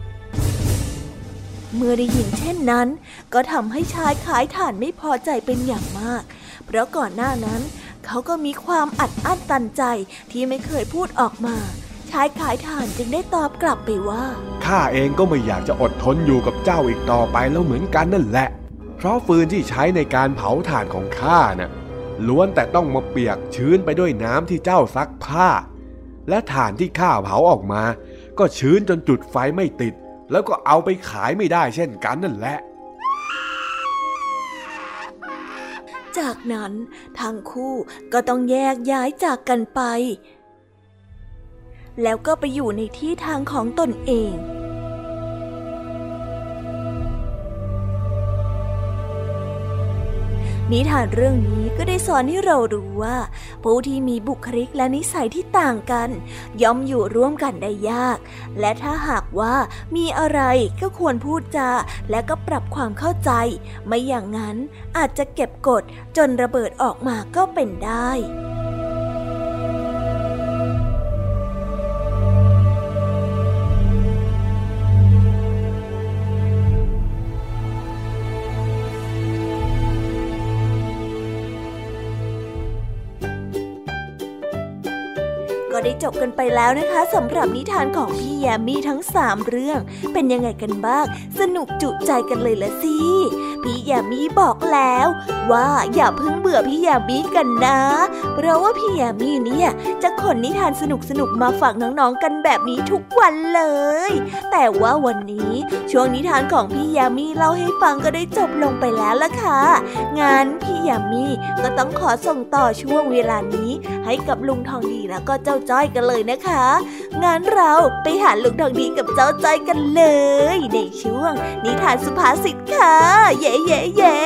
เมื่อได้ยินเช่นนั้นก็ทำให้ชายขายถ่านไม่พอใจเป็นอย่างมากเพราะก่อนหน้านั้นเขาก็มีความอัดอั้นตันใจที่ไม่เคยพูดออกมาชายขายถ่านจึงได้ตอบกลับไปว่าข้าเองก็ไม่อยากจะอดทนอยู่กับเจ้าอีกต่อไปแล้วเหมือนกันนั่นแหละเพราะฟืนที่ใช้ในการเผาถ่านของข้าน่ะล้วนแต่ต้องมาเปียกชื้นไปด้วยน้ำที่เจ้าซักผ้าและถ่านที่ข้าเผาออกมาก็ชื้นจนจุดไฟไม่ติดแล้วก็เอาไปขายไม่ได้เช่นกันนั่นแหละจากนั้นทั้งคู่ก็ต้องแยกย้ายจากกันไปแล้วก็ไปอยู่ในที่ทางของตนเองนิทานเรื่องนี้ก็ได้สอนให้เรารู้ว่าผู้ที่มีบุคลิกและนิสัยที่ต่างกันย่อมอยู่ร่วมกันได้ยากและถ้าหากว่ามีอะไรก็ควรพูดจาและก็ปรับความเข้าใจไม่อย่างนั้นอาจจะเก็บกดจนระเบิดออกมาก็เป็นได้ก็ได้จบกันไปแล้วนะคะสำหรับนิทานของพี่แยมมี่ทั้ง3เรื่องเป็นยังไงกันบ้างสนุกจุใจกันเลยละสิพี่แยมมี่บอกแล้วว่าอย่าเพิ่งเบื่อพี่แยมมี่กันนะเพราะว่าพี่แยมมี่เนี่ยจะขนนิทานสนุกๆมาฝากน้องๆกันแบบนี้ทุกวันเลยแต่ว่าวันนี้ช่วงนิทานของพี่แยมมี่เล่าให้ฟังก็ได้จบลงไปแล้วล่ะค่ะงั้นพี่แยมมี่ก็ต้องขอส่งต่อช่วงเวลานี้ให้กับลุงทองดีแล้วก็เจ้าจ้อยกันเลยนะคะงั้นเราไปหาลุงทองดีกับเจ้าจ้อยกันเลยในช่วงนิทานสุภาษิตค่ะเย้เย้เย้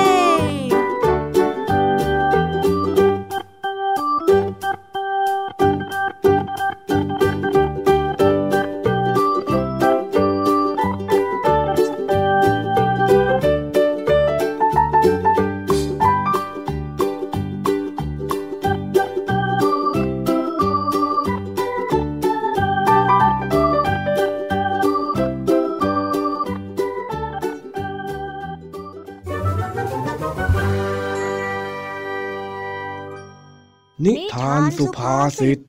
นิทานสุภาษิต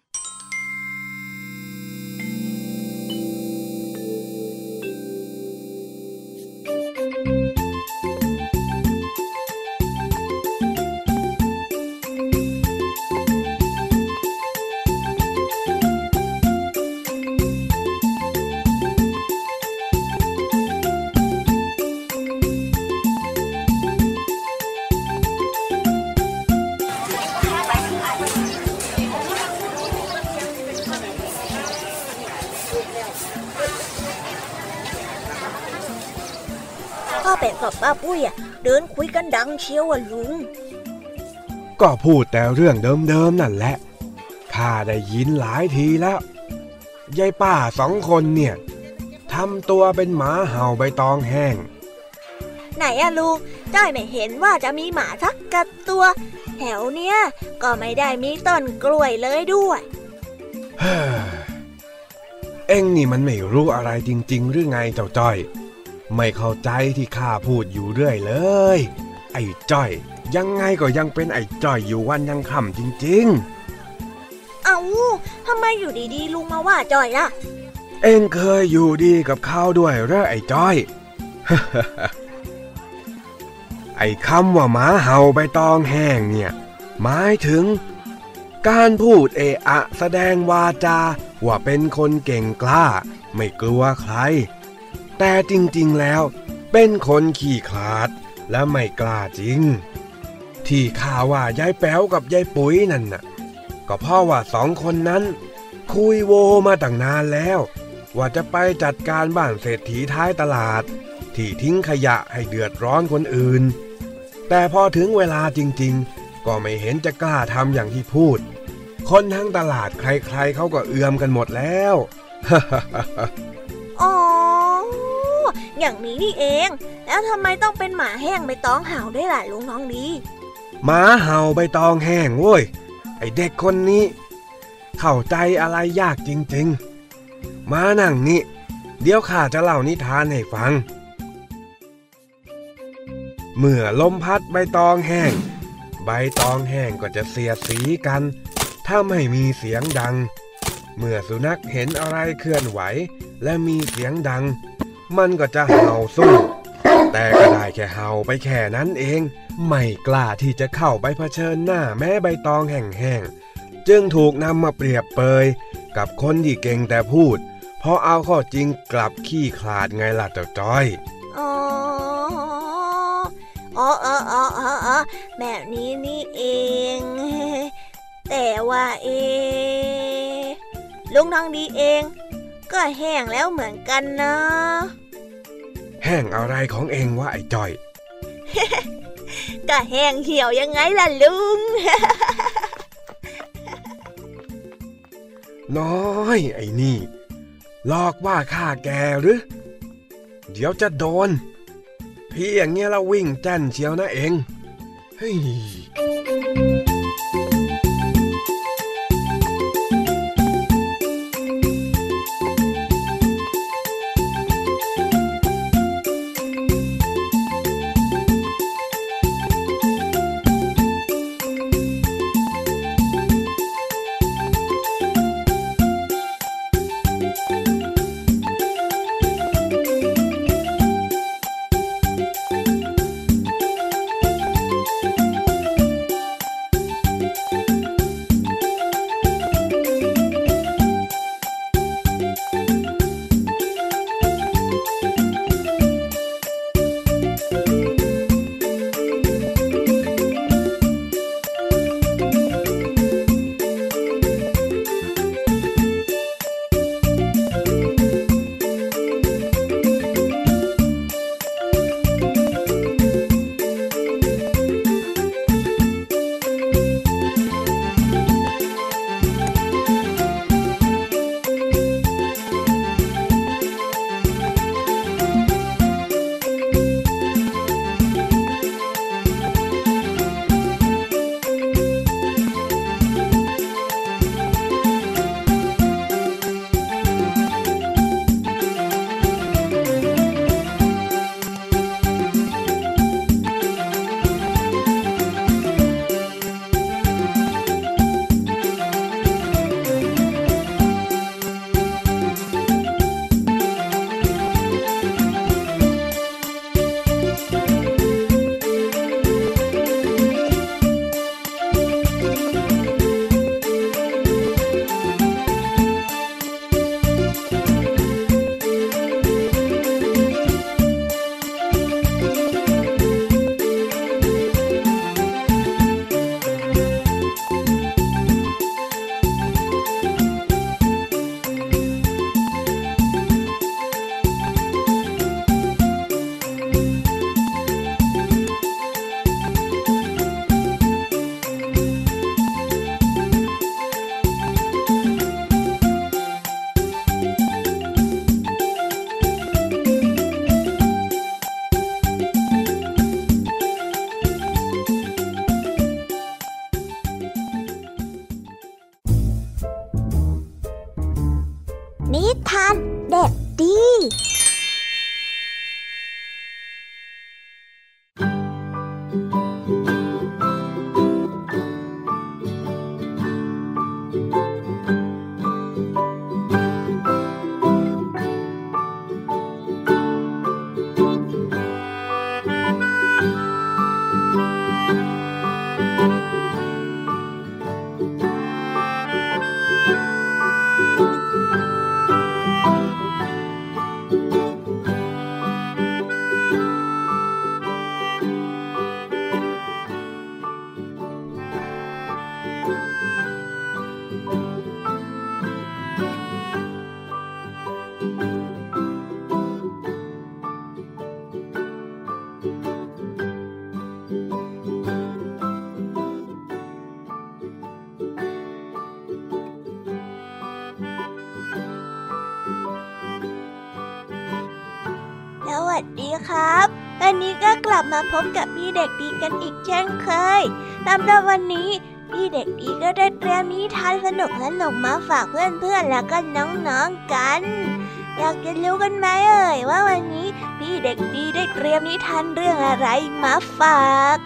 ป้าแปะกับป้าปุ้ยเดินคุยกันดังเชียวลุงก็พูดแต่เรื่องเดิมๆนั่นแหละข้าได้ยินหลายทีแล้วยายป้า2 คนเนี่ยทำตัวเป็นหมาเห่าใบตองแห้งไหนลุงจ้อยไม่เห็นว่าจะมีหมาสักกระตัวแถวเนี้ยก็ไม่ได้มีต้นกล้วยเลยด้วยเอ็งนี่มันไม่รู้อะไรจริงๆหรือไงเจ้าจ้อยไม่เข้าใจที่ข้าพูดอยู่เรื่อยเลยไอ้จ้อยยังไงก็ยังเป็นไอ้จ้อยอยู่วันยังค่ำจริงๆเอ้าทำไมอยู่ดีๆลุงมาว่าจ้อยล่ะเอ็งเคยอยู่ดีกับเขาด้วยเหรอไอ้จ้อย ไอ้คำว่าหมาเห่าใบตองแห้งเนี่ยหมายถึงการพูดเอะอะแสดงวาจาว่าเป็นคนเก่งกล้าไม่กลัวใครแต่จริงๆแล้วเป็นคนขี้ขลาดและไม่กล้าจริงที่ข่าวว่ายายแป๋วกับยายปุ๋ยนั่นน่ะก็เพราะว่า2 คนนั้นคุยโวมาตั้งนานแล้วว่าจะไปจัดการบ้านเศรษฐีท้ายตลาดที่ทิ้งขยะให้เดือดร้อนคนอื่นแต่พอถึงเวลาจริงๆก็ไม่เห็นจะกล้าทำอย่างที่พูดคนทั้งตลาดใครๆเขาก็เอือมกันหมดแล้วอ๋ออย่างนี้นี่เองแล้วทำไมต้องเป็นหมาแห้งใบตองเห่าด้วยล่ะลุงน้องดีหมาเห่าใบตองแห้งเว้ยไอเด็กคนนี้เข้าใจอะไรยากจริงๆมานั่งนี่เดี๋ยวข้าจะเล่านิทานให้ฟังเมื่อลมพัดใบตองแห้งใบตองแห้งก็จะเสียดสีกันถ้าไม่มีเสียงดังเมื่อสุนัขเห็นอะไรเคลื่อนไหวและมีเสียงดังมันก็จะเห่าสู้แต่ก็ได้แค่เห่าไปแค่นั้นเองไม่กล้าที่จะเข้าไปเผชิญหน้าแม้ใบตองแห้งๆจึงถูกนำมาเปรียบเปยกับคนที่เก่งแต่พูดเพราะเอาข้อจริงกลับขี้ขลาดไงล่ะเจ้าจ้อยอ๋อแบบนี้นี่เองแต่ว่าลุงทองดีเองก็แห้งแล้วเหมือนกันนะแห้งอะไรของเองวะไอ้จ้อยก็แห้งเหี่ยวยังไงล่ะลุงน้อยไอ้นี่หลอกว่าข้าแกหรือเดี๋ยวจะโดนพี่อย่างเงี้ยละวิ่งแจ้นเชียวนะเองเฮ้ยนิทานเด็กดีนวัสดีครับวันนี้ก็กลับมาพบกับพี่เด็กดีกันอีกเช่นเคยสำหรับวันนี้พี่เด็กดีก็ได้เตรียมนิทานสนุกมาฝากเพื่อนๆแล้วก็น้องๆกันอยากจะรู้กันไหมว่าวันนี้พี่เด็กดีได้เตรียมนิทานเรื่องอะไรมาฝาก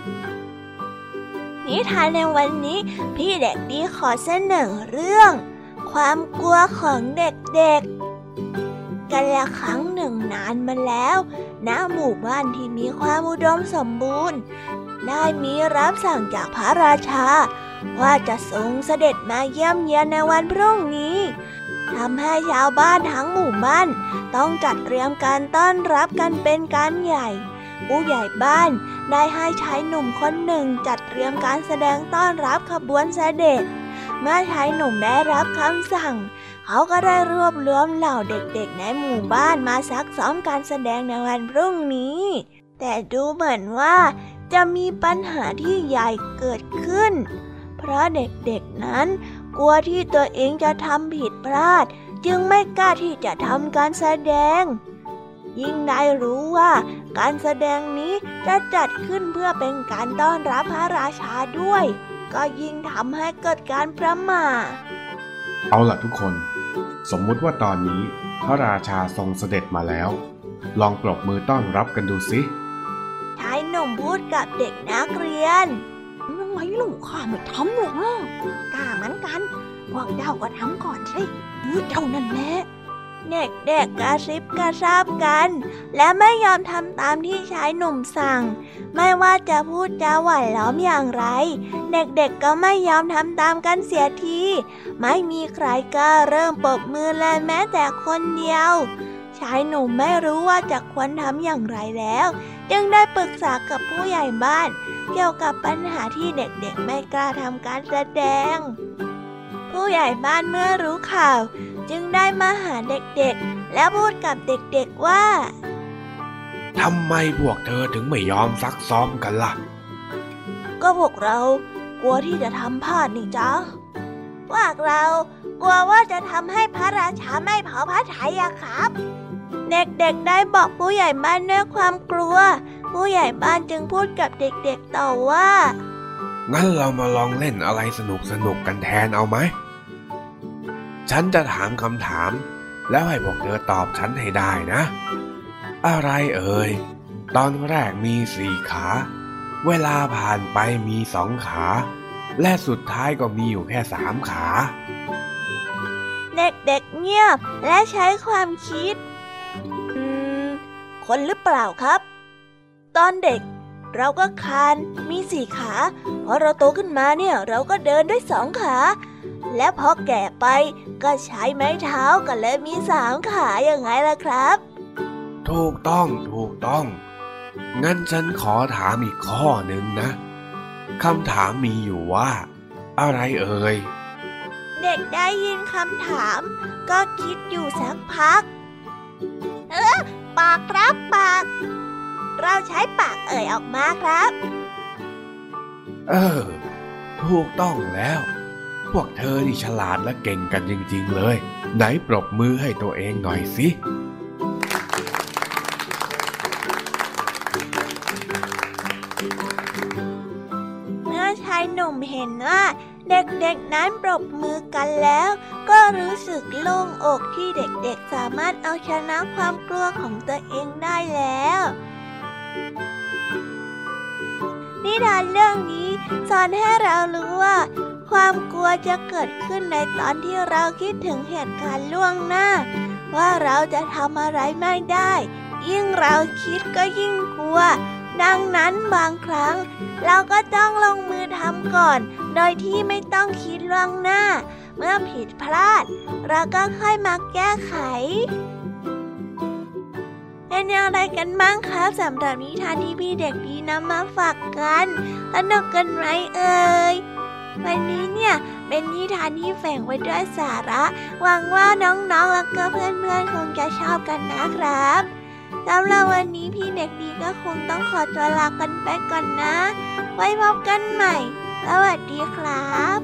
นิทานในวันนี้พี่เด็กดีขอเสนอเรื่องความกลัวของเด็กๆกันละครั้งหนึ่งนานมาแล้วณหมู่บ้านที่มีความอุดมสมบูรณ์ได้มีรับสั่งจากพระราชาว่าจะทรงเสด็จมาเยี่ยมเยียนในวันพรุ่งนี้ทำให้ชาวบ้านทั้งหมู่บ้านต้องจัดเตรียมการต้อนรับกันเป็นการใหญ่ผู้ใหญ่บ้านได้ให้ชายหนุ่มคนหนึ่งจัดเตรียมการแสดงต้อนรับขบวนเสด็จเมื่อชายหนุ่มได้รับคำสั่งเขาก็ได้รวบรวมเหล่าเด็กๆในหมู่บ้านมาซักซ้อมการแสดงในวันพรุ่งนี้แต่ดูเหมือนว่าจะมีปัญหาที่ใหญ่เกิดขึ้นเพราะเด็กๆนั้นกลัวที่ตัวเองจะทำผิดพลาดจึงไม่กล้าที่จะทำการแสดงยิ่งได้รู้ว่าการแสดงนี้จะจัดขึ้นเพื่อเป็นการต้อนรับพระราชาด้วยก็ยิ่งทำให้เกิดการประหม่าเอาล่ะทุกคนสมมุติว่าตอนนี้พระราชาทรงเสด็จมาแล้วลองปรบมือต้อนรับกันดูสิชายหนุ่มพูดกับเด็กนักเรียนยังไงลูกข้าไม่ทำหรอกนะกล้าเหมือนกันพวกเจ้าก็ทำก่อนสิเจ้านั่นแหละเด็กๆกระซิบกระซาบกันและไม่ยอมทำตามที่ชายหนุ่มสั่งไม่ว่าจะพูดจาหวานล้อมอย่างไรเด็กๆก็ไม่ยอมทำตามกันเสียทีไม่มีใครกล้าเริ่มปรบมือเลยแม้แต่คนเดียวชายหนุ่มไม่รู้ว่าจะควรทำอย่างไรแล้วจึงได้ปรึกษากับผู้ใหญ่บ้านเกี่ยวกับปัญหาที่เด็กๆไม่กล้าทำการแสดงผู้ใหญ่บ้านเมื่อรู้ข่าวจึงได้มาหาเด็กๆและพูดกับเด็กๆว่าทำไมพวกเธอถึงไม่ยอมซักซ้อมกันล่ะก็พวกเรากลัวที่จะทำพลาดนี่จ๊ะพวกเรากลัวว่าจะทำให้พระราชาไม่พอพระทัยครับเด็กๆได้บอกผู้ใหญ่บ้านด้วยความกลัวผู้ใหญ่บ้านจึงพูดกับเด็กๆต่อว่างั้นเรามาลองเล่นอะไรสนุกๆกันแทนเอาไหมฉันจะถามคำถามแล้วให้พวกเธอตอบฉันให้ได้นะอะไรตอนแรกมี4ขาเวลาผ่านไปมี2ขาและสุดท้ายก็มีอยู่แค่3ขาเด็กๆเงียบและใช้ความคิดคนหรือเปล่าครับตอนเด็กเราก็คลานมี4ขาพอเราโตขึ้นมาเนี่ยเราก็เดินด้วย2ขาและพอแก่ไปก็ใช้ไม้เท้าก็เลยมี3ขาอย่างไงล่ะครับถูกต้องงั้นฉันขอถามอีกข้อหนึ่งนะคำถามมีอยู่ว่าอะไรเด็กได้ยินคำถามก็คิดอยู่สักพักปากครับปากเราใช้ปากออกมาครับถูกต้องแล้วพวกเธอนี่ฉลาดและเก่งกันจริงๆเลยไหนปรบมือให้ตัวเองหน่อยสิเมื่อชายหนุ่มเห็นว่าเด็กๆนั้นปรบมือกันแล้วก็รู้สึกโล่งอกที่เด็กๆสามารถเอาชนะความกลัวของตัวเองได้แล้วนิทานเรื่องนี้สอนให้เรารู้ว่าความกลัวจะเกิดขึ้นในตอนที่เราคิดถึงเหตุการณ์ล่วงหน้าว่าเราจะทำอะไรไม่ได้ยิ่งเราคิดก็ยิ่งกลัวดังนั้นบางครั้งเราก็ต้องลงมือทำก่อนโดยที่ไม่ต้องคิดล่วงหน้าเมื่อผิดพลาดเราก็ค่อยมาแก้ไขเป็นอย่างไรกันบ้างคะสำหรับนิทานที่พี่เด็กดีนำมาฝากกันสนุกกันไหมวันนี้เนี่ยเป็นนิทานที่แฝงไว้ด้วยสาระหวังว่าน้องๆและก็เพื่อนๆคงจะชอบกันนะครับสำหรับวันนี้พี่เด็กดีก็คงต้องขอตัวลากันไปก่อนนะไว้พบกันใหม่สวัสดีครับ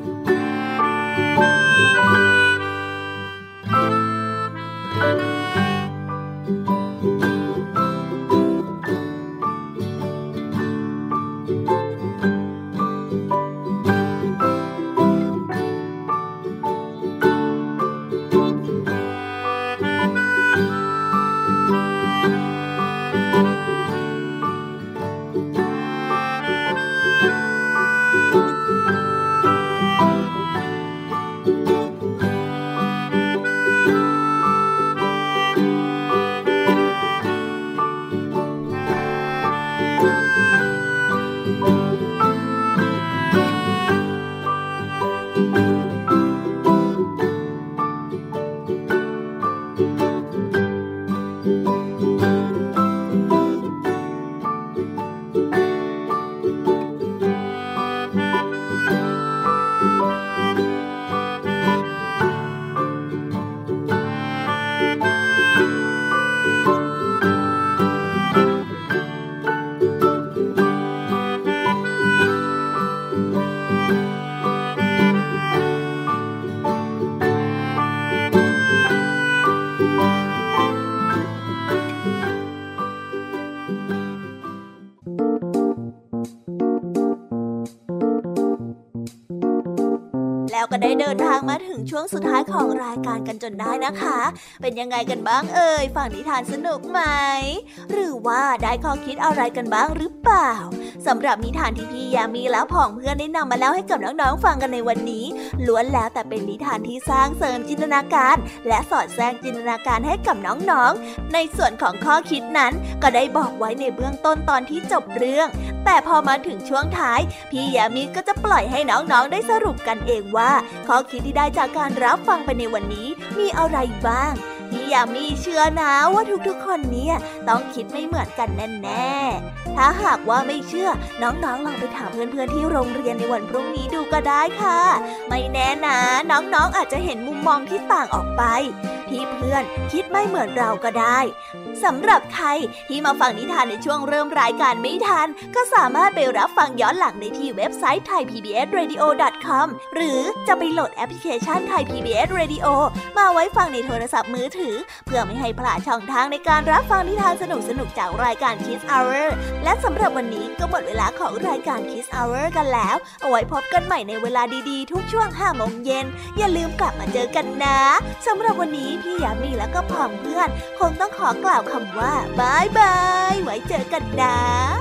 ก็ได้เดินทางมาถึงช่วงสุดท้ายของรายการกันจนได้นะคะเป็นยังไงกันบ้างเอ่ยฟังนิทานสนุกไหมหรือว่าได้ข้อคิดอะไรกันบ้างหรือเปล่าสำหรับนิทานที่พี่ยามีและพ่องเพื่อนได้นำมาเล่าให้กับน้องๆฟังกันในวันนี้ล้วนแล้วแต่เป็นนิทานที่สร้างเสริมจินตนาการและสอดแทรกจินตนาการให้กับน้องๆในส่วนของข้อคิดนั้นก็ได้บอกไว้ในเบื้องต้นตอนที่จบเรื่องแต่พอมาถึงช่วงท้ายพี่ยามีก็จะปล่อยให้น้องๆได้สรุปกันเองว่าข้อคิดที่ได้จากการรับฟังไปในวันนี้มีอะไรบ้างพี่ยามีเชื่อนะว่าทุกๆคนเนี่ยต้องคิดไม่เหมือนกันแน่ๆถ้าหากว่าไม่เชื่อน้องๆลองไปถามเพื่อนๆที่โรงเรียนในวันพรุ่งนี้ดูก็ได้ค่ะไม่แน่นะน้องๆอาจจะเห็นมุมมองที่ต่างออกไปที่เพื่อนคิดไม่เหมือนเราก็ได้สำหรับใครที่มาฟังนิทานในช่วงเริ่มรายการไม่ทันก็สามารถไปรับฟังย้อนหลังได้ที่เว็บไซต์ thaipbsradio.com หรือจะไปโหลดแอปพลิเคชัน Thai PBS Radio มาไว้ฟังในโทรศัพท์มือถือเพื่อไม่ให้พลาดช่องทางในการรับฟังนิทานสนุกๆจากรายการ Kids Hour และสำหรับวันนี้ก็หมดเวลาของรายการ Kids Hour กันแล้วเอาไว้พบกันใหม่ในเวลาดีๆทุกช่วง 5 โมงเย็นอย่าลืมกลับมาเจอกันนะสำหรับวันนี้พี่ยามีและก็พ่องเพื่อนคงต้องขอกล่าวคำว่าบายบายไว้เจอกันนะ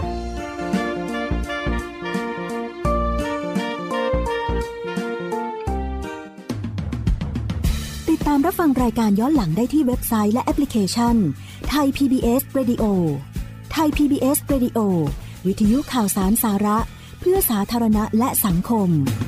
ติดตามรับฟังรายการย้อนหลังได้ที่เว็บไซต์และแอปพลิเคชัน Thai PBS Radio Thai PBS Radio วิทยุข่าวสารสาระเพื่อสาธารณะและสังคม